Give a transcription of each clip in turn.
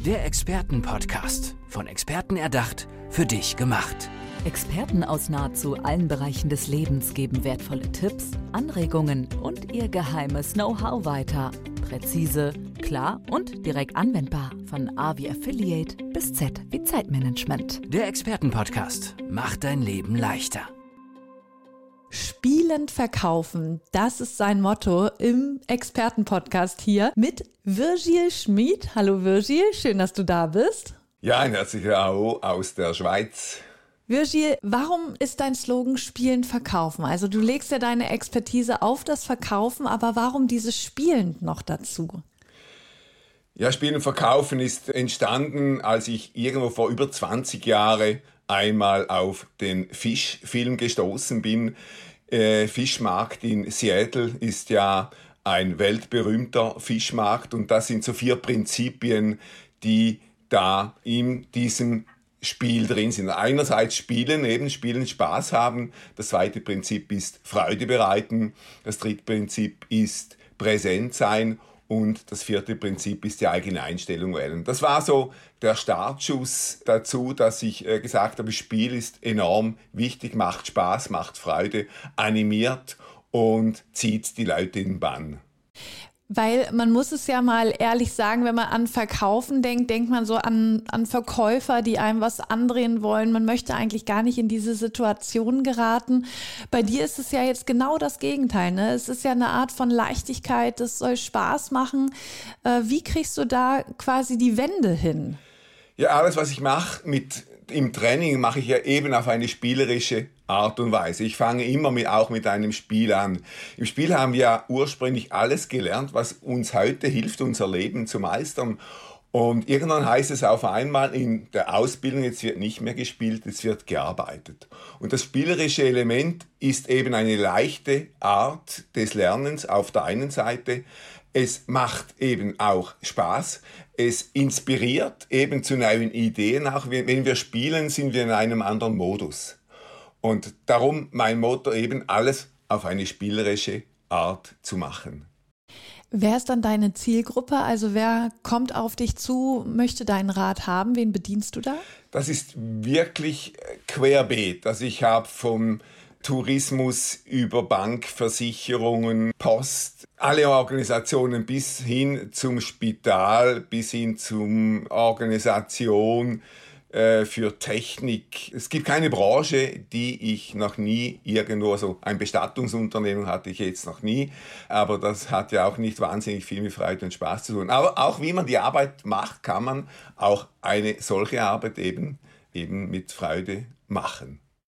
Der Expertenpodcast. Von Experten erdacht, für dich gemacht. Experten aus nahezu allen Bereichen des Lebens geben wertvolle Tipps, Anregungen und ihr geheimes Know-how weiter. Präzise, klar und direkt anwendbar. Von A wie Affiliate bis Z wie Zeitmanagement. Der Expertenpodcast macht dein Leben leichter. Spielend verkaufen, das ist sein Motto im Expertenpodcast hier mit Virgil Schmid. Hallo Virgil, schön, dass du da bist. Ja, ein herzlicher Hallo aus der Schweiz. Virgil, warum ist dein Slogan Spielend verkaufen? Also du legst ja deine Expertise auf das Verkaufen, aber warum dieses Spielend noch dazu? Ja, Spielen verkaufen ist entstanden, als ich irgendwo vor über 20 Jahren einmal auf den Fischfilm gestoßen bin. Fischmarkt in Seattle ist ja ein weltberühmter Fischmarkt und das sind so 4 Prinzipien, die da in diesem Spiel drin sind. Einerseits Spielen, Spaß haben. Das zweite Prinzip ist Freude bereiten. Das dritte Prinzip ist präsent sein. Und das vierte Prinzip ist die eigene Einstellung wählen. Das war so der Startschuss dazu, dass ich gesagt habe, Spiel ist enorm wichtig, macht Spaß, macht Freude, animiert und zieht die Leute in den Bann. Weil man muss es ja mal ehrlich sagen, wenn man an Verkaufen denkt, denkt man so an Verkäufer, die einem was andrehen wollen. Man möchte eigentlich gar nicht in diese Situation geraten. Bei dir ist es ja jetzt genau das Gegenteil, ne? Es ist ja eine Art von Leichtigkeit, das soll Spaß machen. Wie kriegst du da quasi die Wende hin? Ja, alles, was ich mache im Training, mache ich ja eben auf eine spielerische Art und Weise. Ich fange immer auch mit einem Spiel an. Im Spiel haben wir ja ursprünglich alles gelernt, was uns heute hilft, unser Leben zu meistern. Und irgendwann heißt es auf einmal in der Ausbildung, jetzt wird nicht mehr gespielt, es wird gearbeitet. Und das spielerische Element ist eben eine leichte Art des Lernens auf der einen Seite. Es macht eben auch Spaß. Es inspiriert eben zu neuen Ideen. Auch wenn wir spielen, sind wir in einem anderen Modus. Und darum mein Motto eben, alles auf eine spielerische Art zu machen. Wer ist dann deine Zielgruppe? Also wer kommt auf dich zu, möchte deinen Rat haben? Wen bedienst du da? Das ist wirklich querbeet. Also ich habe vom Tourismus über Bankversicherungen, Post, alle Organisationen bis hin zum Spital, bis hin zum Organisation für Technik. Es gibt keine Branche, die ich noch nie irgendwo, so ein Bestattungsunternehmen hatte ich jetzt noch nie, aber das hat ja auch nicht wahnsinnig viel mit Freude und Spaß zu tun. Aber auch wie man die Arbeit macht, kann man auch eine solche Arbeit eben mit Freude machen.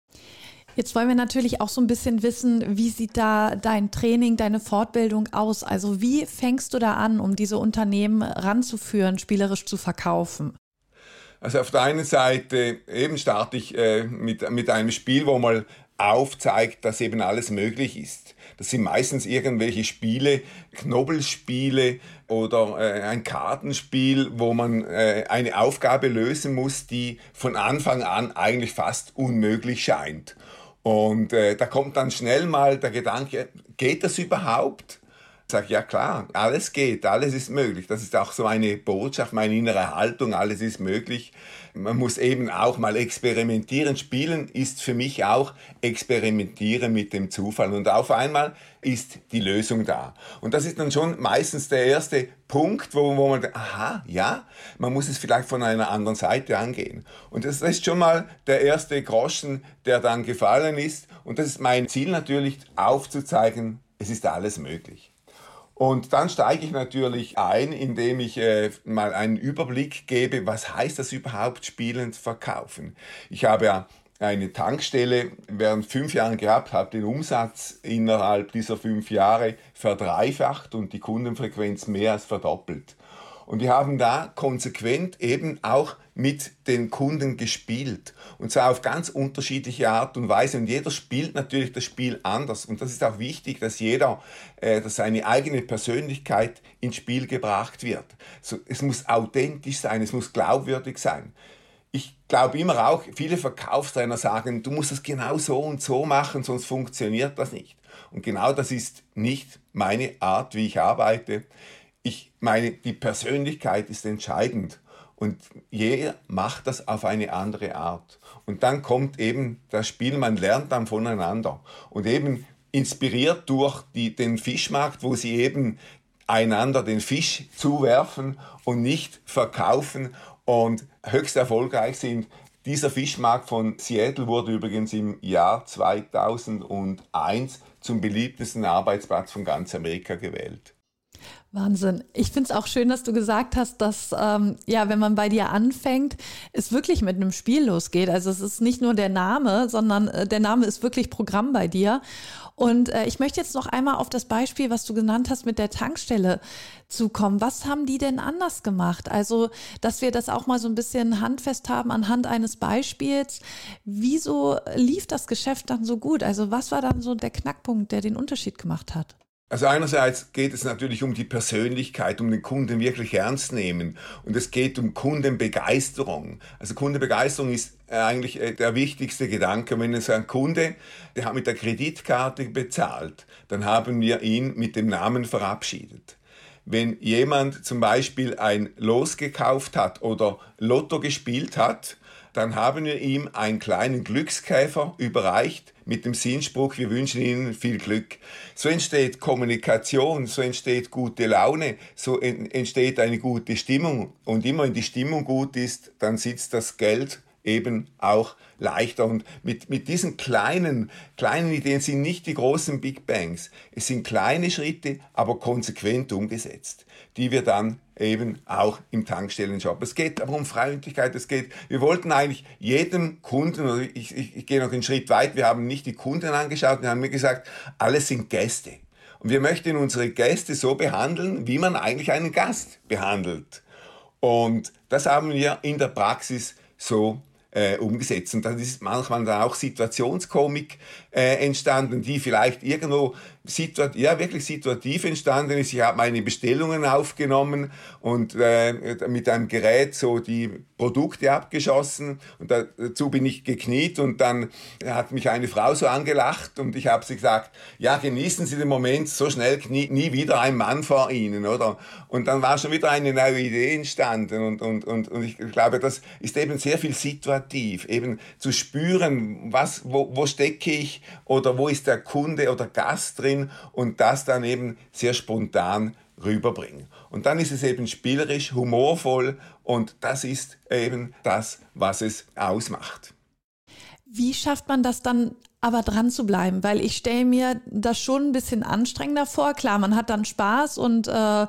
Jetzt wollen wir natürlich auch so ein bisschen wissen, wie sieht da dein Training, deine Fortbildung aus? Also wie fängst du da an, um diese Unternehmen ranzuführen, spielerisch zu verkaufen? Also auf der einen Seite eben starte ich mit einem Spiel, wo man aufzeigt, dass eben alles möglich ist. Das sind meistens irgendwelche Spiele, Knobelspiele oder ein Kartenspiel, wo man eine Aufgabe lösen muss, die von Anfang an eigentlich fast unmöglich scheint. Und da kommt dann schnell mal der Gedanke, geht das überhaupt? Ich sage, ja klar, alles geht, alles ist möglich. Das ist auch so eine Botschaft, meine innere Haltung, alles ist möglich. Man muss eben auch mal experimentieren. Spielen ist für mich auch experimentieren mit dem Zufall. Und auf einmal ist die Lösung da. Und das ist dann schon meistens der erste Punkt, wo man denkt, aha, ja, man muss es vielleicht von einer anderen Seite angehen. Und das ist schon mal der erste Groschen, der dann gefallen ist. Und das ist mein Ziel natürlich, aufzuzeigen, es ist alles möglich. Und dann steige ich natürlich ein, indem ich mal einen Überblick gebe, was heißt das überhaupt, spielend verkaufen. Ich habe ja eine Tankstelle während 5 Jahren gehabt, habe den Umsatz innerhalb dieser 5 Jahre verdreifacht und die Kundenfrequenz mehr als verdoppelt. Und wir haben da konsequent eben auch mit den Kunden gespielt. Und zwar auf ganz unterschiedliche Art und Weise. Und jeder spielt natürlich das Spiel anders. Und das ist auch wichtig, dass dass seine eigene Persönlichkeit ins Spiel gebracht wird. So, es muss authentisch sein, es muss glaubwürdig sein. Ich glaube immer auch, viele Verkaufstrainer sagen, du musst es genau so und so machen, sonst funktioniert das nicht. Und genau das ist nicht meine Art, wie ich arbeite. Ich meine, die Persönlichkeit ist entscheidend. Und jeder macht das auf eine andere Art. Und dann kommt eben das Spiel, man lernt dann voneinander. Und eben inspiriert durch den Fischmarkt, wo sie eben einander den Fisch zuwerfen und nicht verkaufen und höchst erfolgreich sind. Dieser Fischmarkt von Seattle wurde übrigens im Jahr 2001 zum beliebtesten Arbeitsplatz von ganz Amerika gewählt. Wahnsinn. Ich finde es auch schön, dass du gesagt hast, dass wenn man bei dir anfängt, es wirklich mit einem Spiel losgeht. Also es ist nicht nur der Name, sondern der Name ist wirklich Programm bei dir. Und ich möchte jetzt noch einmal auf das Beispiel, was du genannt hast, mit der Tankstelle zukommen. Was haben die denn anders gemacht? Also, dass wir das auch mal so ein bisschen handfest haben anhand eines Beispiels. Wieso lief das Geschäft dann so gut? Also, was war dann so der Knackpunkt, der den Unterschied gemacht hat? Also einerseits geht es natürlich um die Persönlichkeit, um den Kunden wirklich ernst nehmen und es geht um Kundenbegeisterung. Also Kundenbegeisterung ist eigentlich der wichtigste Gedanke. Wenn es ein Kunde, der hat mit der Kreditkarte bezahlt, dann haben wir ihn mit dem Namen verabschiedet. Wenn jemand zum Beispiel ein Los gekauft hat oder Lotto gespielt hat, dann haben wir ihm einen kleinen Glückskäfer überreicht mit dem Sinnspruch, wir wünschen Ihnen viel Glück. So entsteht Kommunikation, so entsteht gute Laune, so entsteht eine gute Stimmung. Und immer wenn die Stimmung gut ist, dann sitzt das Geld eben auch leichter. Und mit diesen kleinen Ideen sind nicht die großen Big Bangs. Es sind kleine Schritte, aber konsequent umgesetzt, die wir dann eben auch im Tankstellenshop. Es geht aber um Freundlichkeit, wir wollten eigentlich jedem Kunden, ich gehe noch einen Schritt weit, wir haben nicht die Kunden angeschaut, wir haben mir gesagt, alles sind Gäste. Und wir möchten unsere Gäste so behandeln, wie man eigentlich einen Gast behandelt. Und das haben wir in der Praxis so umgesetzt. Und dann ist manchmal dann auch Situationskomik entstanden, die vielleicht irgendwo wirklich situativ entstanden ist. Ich habe meine Bestellungen aufgenommen und mit einem Gerät so die Produkte abgeschossen und dazu bin ich gekniet und dann hat mich eine Frau so angelacht und ich habe sie gesagt, ja, genießen Sie den Moment, so schnell kniet nie wieder ein Mann vor Ihnen, oder? Und dann war schon wieder eine neue Idee entstanden und ich glaube, das ist eben sehr viel situativ, eben zu spüren, wo stecke ich oder wo ist der Kunde oder Gast drin und das dann eben sehr spontan rüberbringen. Und dann ist es eben spielerisch, humorvoll und das ist eben das, was es ausmacht. Wie schafft man das dann aber dran zu bleiben? Weil ich stelle mir das schon ein bisschen anstrengender vor. Klar, man hat dann Spaß und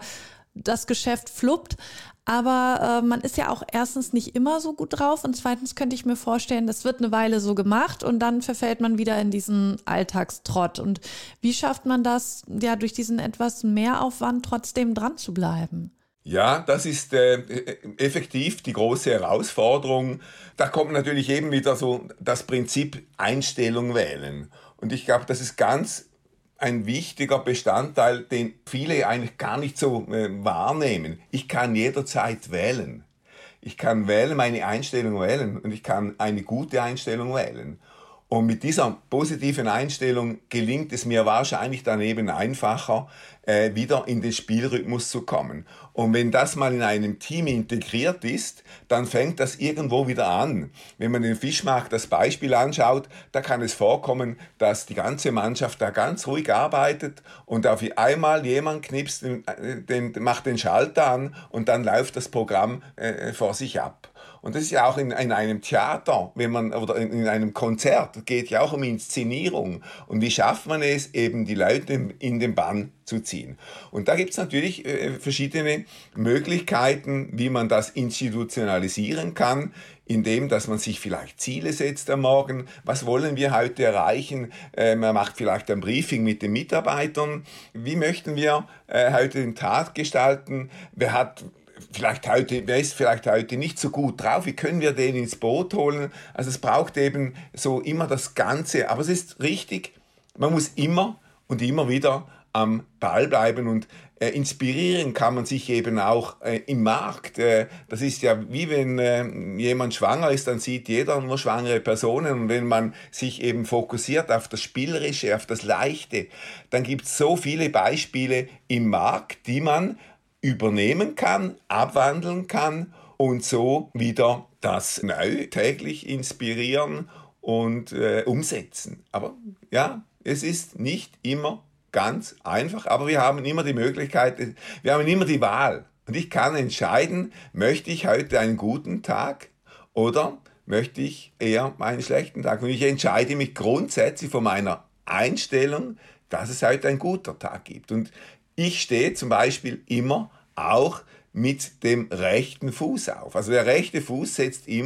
das Geschäft fluppt. Aber man ist ja auch erstens nicht immer so gut drauf und zweitens könnte ich mir vorstellen, das wird eine Weile so gemacht und dann verfällt man wieder in diesen Alltagstrott. Und wie schafft man das, ja, durch diesen etwas Mehraufwand trotzdem dran zu bleiben? Ja, das ist effektiv die große Herausforderung. Da kommt natürlich eben wieder so das Prinzip Einstellung wählen. Und ich glaube, das ist ganz ein wichtiger Bestandteil, den viele eigentlich gar nicht so wahrnehmen. Ich kann jederzeit wählen. Ich kann meine Einstellung wählen und ich kann eine gute Einstellung wählen. Und mit dieser positiven Einstellung gelingt es mir wahrscheinlich dann eben einfacher, wieder in den Spielrhythmus zu kommen. Und wenn das mal in einem Team integriert ist, dann fängt das irgendwo wieder an. Wenn man den Fischmarkt das Beispiel anschaut, da kann es vorkommen, dass die ganze Mannschaft da ganz ruhig arbeitet und auf einmal jemand knipst, macht den Schalter an und dann läuft das Programm vor sich ab. Und das ist ja auch in einem Theater, oder in einem Konzert, geht ja auch um Inszenierung. Und wie schafft man es, eben die Leute in den Bann zu ziehen? Und da gibt es natürlich verschiedene Möglichkeiten, wie man das institutionalisieren kann, indem, dass man sich vielleicht Ziele setzt am Morgen. Was wollen wir heute erreichen? Man macht vielleicht ein Briefing mit den Mitarbeitern. Wie möchten wir heute den Tag gestalten? Wer ist vielleicht heute nicht so gut drauf, wie können wir den ins Boot holen? Also es braucht eben so immer das Ganze, aber es ist richtig, man muss immer und immer wieder am Ball bleiben und inspirieren kann man sich eben auch im Markt. Das ist ja wie wenn jemand schwanger ist, dann sieht jeder nur schwangere Personen und wenn man sich eben fokussiert auf das Spielerische, auf das Leichte, dann gibt es so viele Beispiele im Markt, die man übernehmen kann, abwandeln kann und so wieder das neu täglich inspirieren und umsetzen. Aber ja, es ist nicht immer ganz einfach, aber wir haben immer die Möglichkeit, wir haben immer die Wahl. Und ich kann entscheiden, möchte ich heute einen guten Tag oder möchte ich eher einen schlechten Tag. Und ich entscheide mich grundsätzlich von meiner Einstellung, dass es heute ein guter Tag gibt. Und ich stehe zum Beispiel immer auch mit dem rechten Fuß auf. Also der rechte Fuß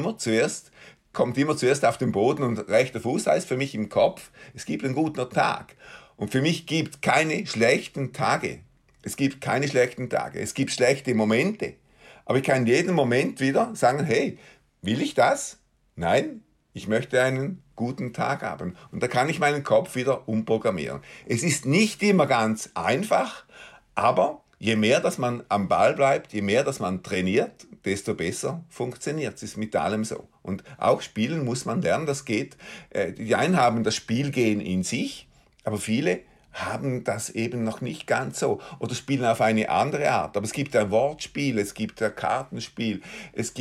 kommt immer zuerst auf den Boden und rechter Fuß heißt für mich im Kopf, es gibt einen guten Tag. Und für mich gibt es keine schlechten Tage. Es gibt keine schlechten Tage. Es gibt schlechte Momente. Aber ich kann jeden Moment wieder sagen, hey, will ich das? Nein, ich möchte einen guten Tag haben. Und da kann ich meinen Kopf wieder umprogrammieren. Es ist nicht immer ganz einfach, aber je mehr, dass man am Ball bleibt, je mehr, dass man trainiert, desto besser funktioniert es. Ist mit allem so. Und auch spielen muss man lernen, das geht. Die einen haben das Spielgehen in sich, aber viele haben das eben noch nicht ganz so oder spielen auf eine andere Art. Aber es gibt ein Wortspiel, es gibt ein Kartenspiel, das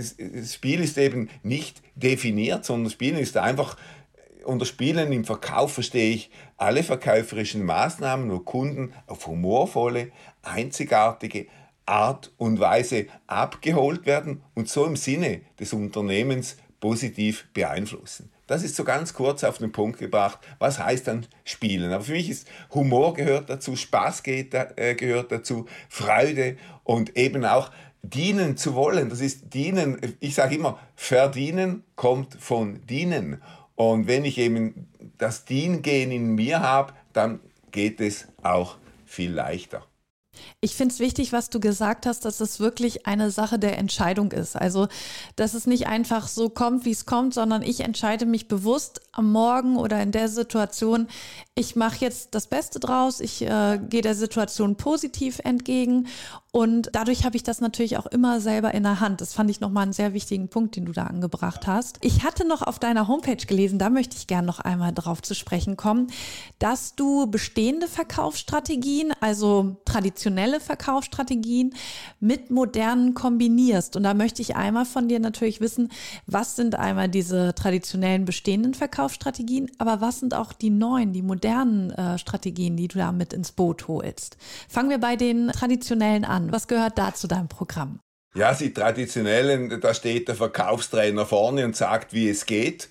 Spiel ist eben nicht definiert, sondern Spielen ist einfach, unter Spielen im Verkauf verstehe ich alle verkäuferischen Maßnahmen, wo Kunden auf humorvolle, einzigartige Art und Weise abgeholt werden und so im Sinne des Unternehmens positiv beeinflussen. Das ist so ganz kurz auf den Punkt gebracht, was heißt dann Spielen. Aber für mich ist Humor gehört dazu, Spaß gehört dazu, Freude und eben auch dienen zu wollen. Das ist dienen, ich sage immer, verdienen kommt von dienen. Und wenn ich eben das Diengehen in mir habe, dann geht es auch viel leichter. Ich finde es wichtig, was du gesagt hast, dass es wirklich eine Sache der Entscheidung ist. Also, dass es nicht einfach so kommt, wie es kommt, sondern ich entscheide mich bewusst am Morgen oder in der Situation, ich mache jetzt das Beste draus, ich gehe der Situation positiv entgegen und dadurch habe ich das natürlich auch immer selber in der Hand. Das fand ich nochmal einen sehr wichtigen Punkt, den du da angebracht hast. Ich hatte noch auf deiner Homepage gelesen, da möchte ich gerne noch einmal drauf zu sprechen kommen, dass du bestehende Verkaufsstrategien, also traditionelle Verkaufsstrategien mit modernen kombinierst. Und da möchte ich einmal von dir natürlich wissen, was sind einmal diese traditionellen bestehenden Verkaufsstrategien, aber was sind auch die neuen, die modernen Strategien, die du da mit ins Boot holst. Fangen wir bei den traditionellen an. Was gehört da zu deinem Programm? Ja, die traditionellen, da steht der Verkaufstrainer vorne und sagt, wie es geht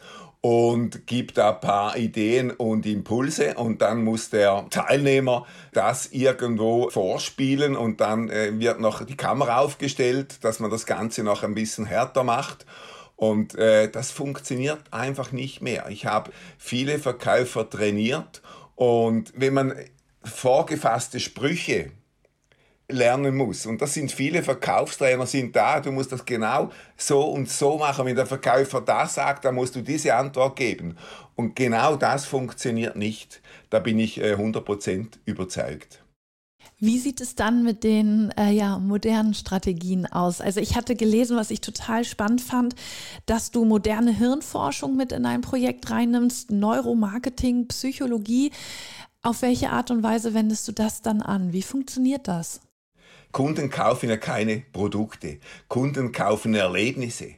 und gibt da ein paar Ideen und Impulse und dann muss der Teilnehmer das irgendwo vorspielen und dann wird noch die Kamera aufgestellt, dass man das Ganze noch ein bisschen härter macht. Und das funktioniert einfach nicht mehr. Ich habe viele Verkäufer trainiert und wenn man vorgefasste Sprüche lernen muss, und das sind viele Verkaufstrainer sind da, du musst das genau so und so machen. Wenn der Verkäufer das sagt, dann musst du diese Antwort geben. Und genau das funktioniert nicht. Da bin ich 100% überzeugt. Wie sieht es dann mit den modernen Strategien aus? Also ich hatte gelesen, was ich total spannend fand, dass du moderne Hirnforschung mit in ein Projekt reinnimmst, Neuromarketing, Psychologie. Auf welche Art und Weise wendest du das dann an? Wie funktioniert das? Kunden kaufen ja keine Produkte. Kunden kaufen Erlebnisse,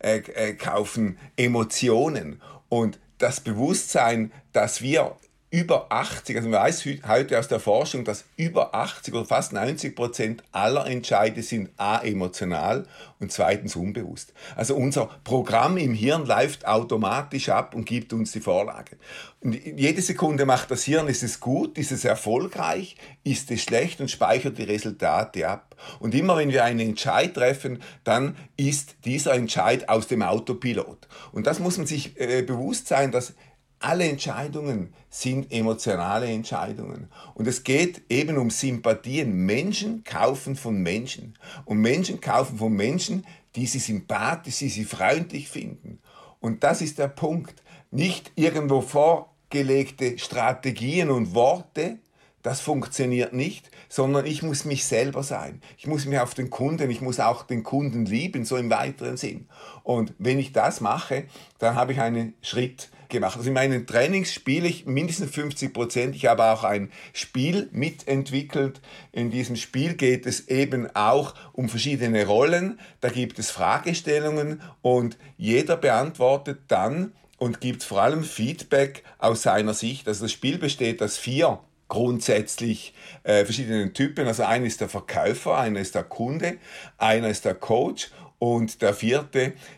kaufen Emotionen. Und das Bewusstsein, dass wir über 80, also man weiß heute aus der Forschung, dass über 80 oder fast 90% aller Entscheide sind a. emotional und zweitens unbewusst. Also unser Programm im Hirn läuft automatisch ab und gibt uns die Vorlage. Und jede Sekunde macht das Hirn, ist es gut, ist es erfolgreich, ist es schlecht und speichert die Resultate ab. Und immer wenn wir einen Entscheid treffen, dann ist dieser Entscheid aus dem Autopilot. Und das muss man sich bewusst sein, dass alle Entscheidungen sind emotionale Entscheidungen. Und es geht eben um Sympathien. Menschen kaufen von Menschen. Und Menschen kaufen von Menschen, die sie sympathisch, die sie freundlich finden. Und das ist der Punkt. Nicht irgendwo vorgelegte Strategien und Worte, das funktioniert nicht, sondern ich muss mich selber sein. Ich muss mich auf den Kunden, ich muss auch den Kunden lieben, so im weiteren Sinn. Und wenn ich das mache, dann habe ich einen Schritt gemacht. Also in meinen Trainings spiele ich mindestens 50%. Ich habe auch ein Spiel mitentwickelt. In diesem Spiel geht es eben auch um verschiedene Rollen. Da gibt es Fragestellungen und jeder beantwortet dann und gibt vor allem Feedback aus seiner Sicht. Also das Spiel besteht aus 4 grundsätzlich verschiedenen Typen. Also einer ist der Verkäufer, einer ist der Kunde, einer ist der Coach und der 4.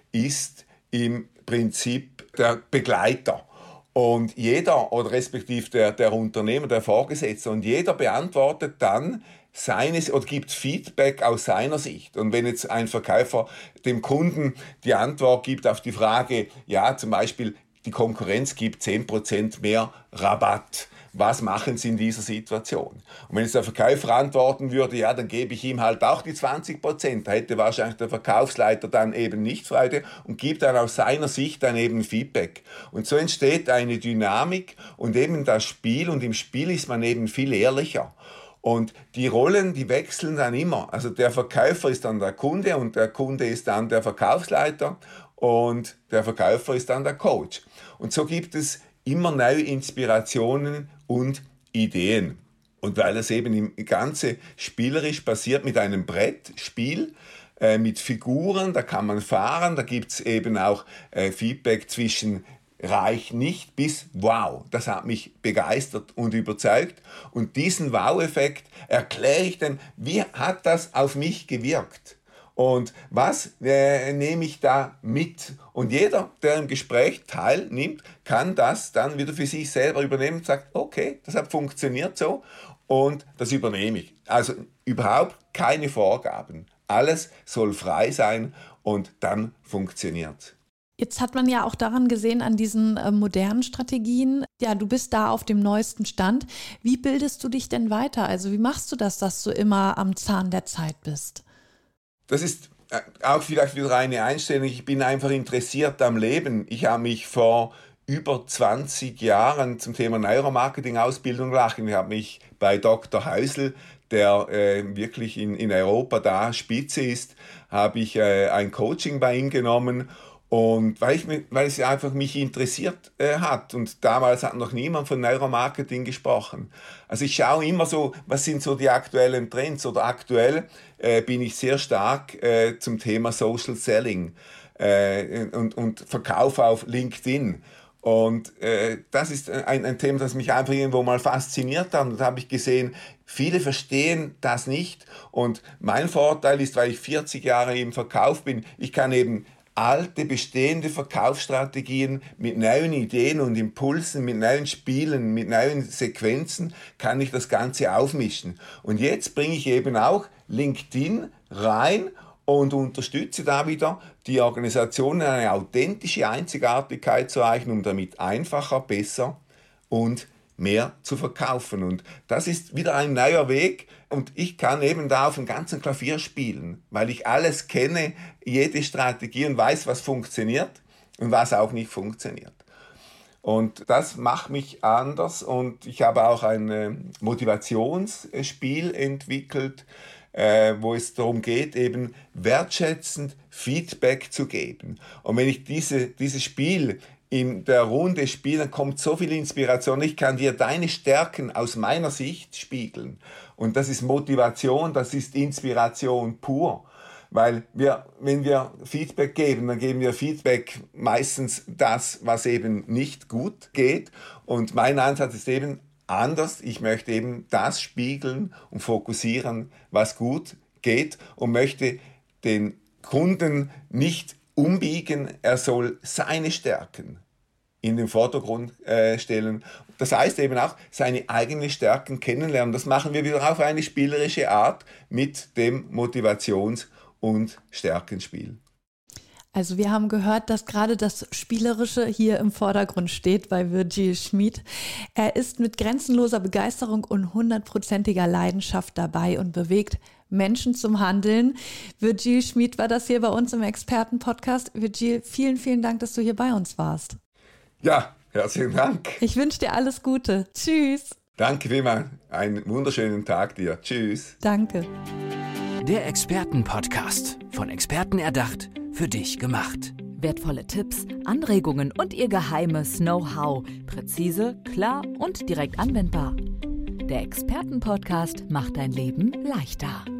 ist im Prinzip der Begleiter. Und jeder, oder respektive der Unternehmer, der Vorgesetzte, und jeder beantwortet dann oder gibt Feedback aus seiner Sicht. Und wenn jetzt ein Verkäufer dem Kunden die Antwort gibt auf die Frage, ja, zum Beispiel, die Konkurrenz gibt 10% mehr Rabatt. Was machen Sie in dieser Situation? Und wenn jetzt der Verkäufer antworten würde, ja, dann gebe ich ihm halt auch die 20%. Da hätte wahrscheinlich der Verkaufsleiter dann eben nicht Freude und gibt dann aus seiner Sicht dann eben Feedback. Und so entsteht eine Dynamik und eben das Spiel. Und im Spiel ist man eben viel ehrlicher. Und die Rollen, die wechseln dann immer. Also der Verkäufer ist dann der Kunde und der Kunde ist dann der Verkaufsleiter und der Verkäufer ist dann der Coach. Und so gibt es immer neue Inspirationen und Ideen. Und weil das eben im Ganze spielerisch passiert mit einem Brettspiel, mit Figuren, da kann man fahren, da gibt es eben auch Feedback zwischen reich nicht bis wow. Das hat mich begeistert und überzeugt. Und diesen Wow-Effekt erkläre ich dann, wie hat das auf mich gewirkt? Und was nehme ich da mit? Und jeder, der im Gespräch teilnimmt, kann das dann wieder für sich selber übernehmen und sagt, okay, das hat funktioniert so und das übernehme ich. Also überhaupt keine Vorgaben. Alles soll frei sein und dann funktioniert. Jetzt hat man ja auch daran gesehen, an diesen modernen Strategien, ja, du bist da auf dem neuesten Stand. Wie bildest du dich denn weiter? Also wie machst du das, dass du immer am Zahn der Zeit bist? Das ist auch vielleicht wieder eine Einstellung. Ich bin einfach interessiert am Leben. Ich habe mich vor über 20 Jahren zum Thema Neuromarketing-Ausbildung gelassen. Ich habe mich bei Dr. Häusl, der wirklich in Europa da Spitze ist, habe ich ein Coaching bei ihm genommen. Und weil es einfach mich interessiert hat. Und damals hat noch niemand von Neuromarketing gesprochen. Also ich schaue immer so, was sind so die aktuellen Trends. Oder aktuell bin ich sehr stark zum Thema Social Selling und Verkauf auf LinkedIn. Und das ist ein Thema, das mich einfach irgendwo mal fasziniert hat. Und da habe ich gesehen, viele verstehen das nicht. Und mein Vorteil ist, weil ich 40 Jahre im Verkauf bin, ich kann eben alte, bestehende Verkaufsstrategien mit neuen Ideen und Impulsen, mit neuen Spielen, mit neuen Sequenzen, kann ich das Ganze aufmischen. Und jetzt bringe ich eben auch LinkedIn rein und unterstütze da wieder die Organisationen, eine authentische Einzigartigkeit zu erreichen, um damit einfacher, besser und mehr zu verkaufen. Und das ist wieder ein neuer Weg und ich kann eben da auf dem ganzen Klavier spielen, weil ich alles kenne, jede Strategie und weiß, was funktioniert und was auch nicht funktioniert. Und das macht mich anders und ich habe auch ein Motivationsspiel entwickelt, wo es darum geht, eben wertschätzend Feedback zu geben. Und wenn ich dieses Spiel in der Runde spiele, dann kommt so viel Inspiration. Ich kann dir deine Stärken aus meiner Sicht spiegeln. Und das ist Motivation, das ist Inspiration pur. Weil wenn wir Feedback geben, dann geben wir Feedback meistens das, was eben nicht gut geht. Und mein Ansatz ist eben anders. Ich möchte eben das spiegeln und fokussieren, was gut geht und möchte den Kunden nicht umbiegen. Er soll seine Stärken in den Vordergrund stellen. Das heißt eben auch, seine eigenen Stärken kennenlernen. Das machen wir wieder auf eine spielerische Art mit dem Motivations- und Stärkenspiel. Also wir haben gehört, dass gerade das Spielerische hier im Vordergrund steht bei Virgil Schmid. Er ist mit grenzenloser Begeisterung und 100%iger Leidenschaft dabei und bewegt Menschen zum Handeln. Virgil Schmid war das hier bei uns im Expertenpodcast. Virgil, vielen, vielen Dank, dass du hier bei uns warst. Ja, herzlichen Dank. Ich wünsche dir alles Gute. Tschüss. Danke vielmals. Einen wunderschönen Tag dir. Tschüss. Danke. Der Expertenpodcast. Von Experten erdacht, für dich gemacht. Wertvolle Tipps, Anregungen und ihr geheimes Know-how. Präzise, klar und direkt anwendbar. Der Expertenpodcast macht dein Leben leichter.